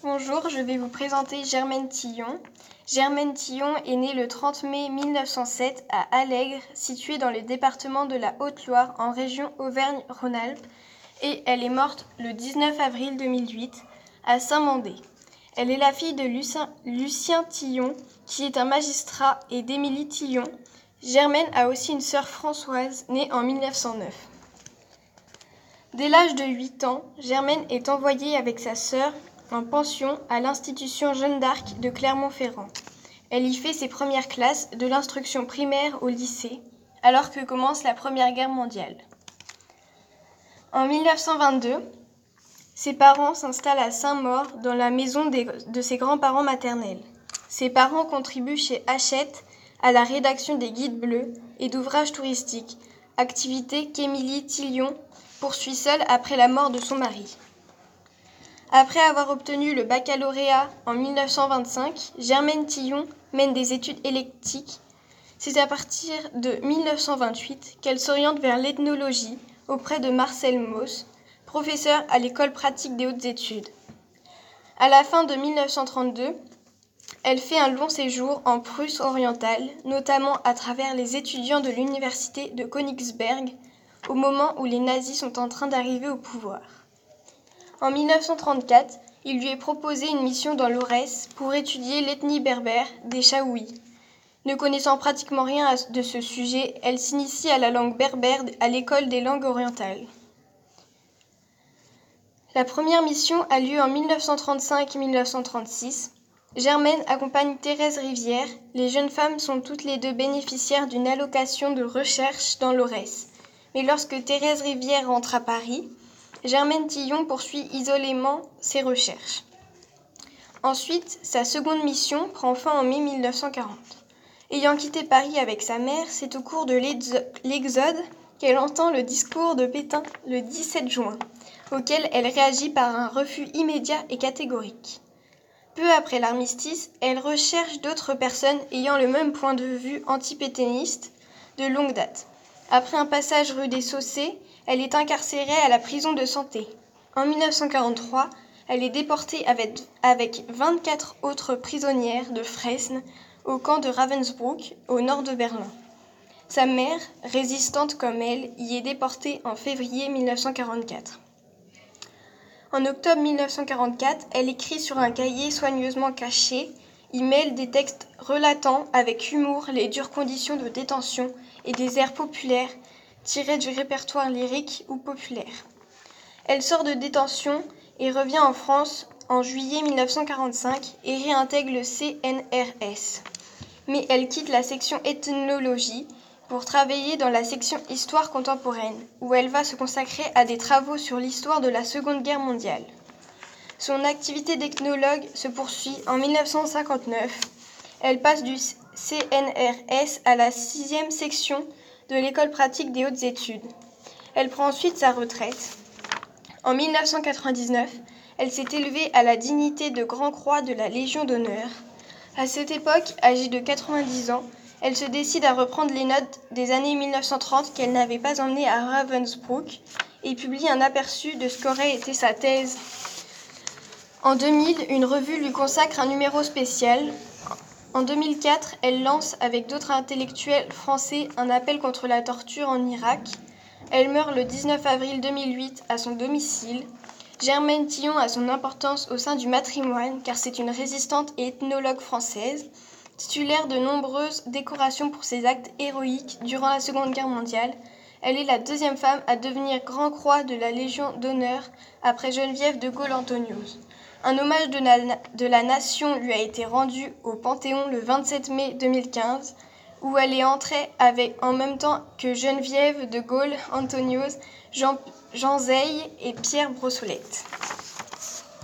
Bonjour, je vais vous présenter Germaine Tillon. Germaine Tillon est née le 30 mai 1907 à Allègre, située dans le département de la Haute-Loire en région Auvergne-Rhône-Alpes, et elle est morte le 19 avril 2008 à Saint-Mandé. Elle est la fille de Lucien Tillon, qui est un magistrat, et d'Émilie Tillon. Germaine a aussi une sœur Françoise, née en 1909. Dès l'âge de 8 ans, Germaine est envoyée avec sa sœur en pension à l'institution Jeanne d'Arc de Clermont-Ferrand. Elle y fait ses premières classes de l'instruction primaire au lycée, alors que commence la Première Guerre mondiale. En 1922, ses parents s'installent à Saint-Maur, dans la maison de ses grands-parents maternels. Ses parents contribuent chez Hachette à la rédaction des guides bleus et d'ouvrages touristiques, activité qu'Émilie Tillon poursuit seule après la mort de son mari. Après avoir obtenu le baccalauréat en 1925, Germaine Tillon mène des études électives. C'est à partir de 1928 qu'elle s'oriente vers l'ethnologie auprès de Marcel Mauss, professeur à l'École pratique des hautes études. À la fin de 1932, elle fait un long séjour en Prusse orientale, notamment à travers les étudiants de l'université de Königsberg, au moment où les nazis sont en train d'arriver au pouvoir. En 1934, il lui est proposé une mission dans l'Aurès pour étudier l'ethnie berbère des Chaouis. Ne connaissant pratiquement rien de ce sujet, elle s'initie à la langue berbère à l'école des langues orientales. La première mission a lieu en 1935-1936. Germaine accompagne Thérèse Rivière. Les jeunes femmes sont toutes les deux bénéficiaires d'une allocation de recherche dans l'Aurès. Mais lorsque Thérèse Rivière rentre à Paris, Germaine Tillon poursuit isolément ses recherches. Ensuite, sa seconde mission prend fin en mai 1940. Ayant quitté Paris avec sa mère, c'est au cours de l'Exode qu'elle entend le discours de Pétain le 17 juin, auquel elle réagit par un refus immédiat et catégorique. Peu après l'armistice, elle recherche d'autres personnes ayant le même point de vue anti-pétainiste de longue date. Après un passage rue des Saussaies, elle est incarcérée à la prison de Santé. En 1943, elle est déportée avec 24 autres prisonnières de Fresnes au camp de Ravensbrück, au nord de Berlin. Sa mère, résistante comme elle, y est déportée en février 1944. En octobre 1944, elle écrit sur un cahier soigneusement caché, y mêle des textes relatant avec humour les dures conditions de détention et des airs populaires tirés du répertoire lyrique ou populaire. Elle sort de détention et revient en France en juillet 1945 et réintègre le CNRS. Mais elle quitte la section ethnologie pour travailler dans la section histoire contemporaine, où elle va se consacrer à des travaux sur l'histoire de la Seconde Guerre mondiale. Son activité d'ethnologue se poursuit en 1959. Elle passe du CNRS à la 6e section de l'École pratique des hautes études. Elle prend ensuite sa retraite. En 1999, elle s'est élevée à la dignité de Grand-Croix de la Légion d'honneur. À cette époque, âgée de 90 ans, elle se décide à reprendre les notes des années 1930 qu'elle n'avait pas emmenées à Ravensbrück et publie un aperçu de ce qu'aurait été sa thèse. En 2000, une revue lui consacre un numéro spécial. En 2004, elle lance avec d'autres intellectuels français un appel contre la torture en Irak. Elle meurt le 19 avril 2008 à son domicile. Germaine Tillon a son importance au sein du patrimoine car c'est une résistante et ethnologue française, titulaire de nombreuses décorations pour ses actes héroïques durant la Seconde Guerre mondiale. Elle est la deuxième femme à devenir Grand-Croix de la Légion d'honneur après Geneviève de Gaulle-Anthonioz. Un hommage de la nation lui a été rendu au Panthéon le 27 mai 2015, où elle est entrée en même temps que Geneviève de Gaulle-Anthonioz, Jean Zay et Pierre Brossolette.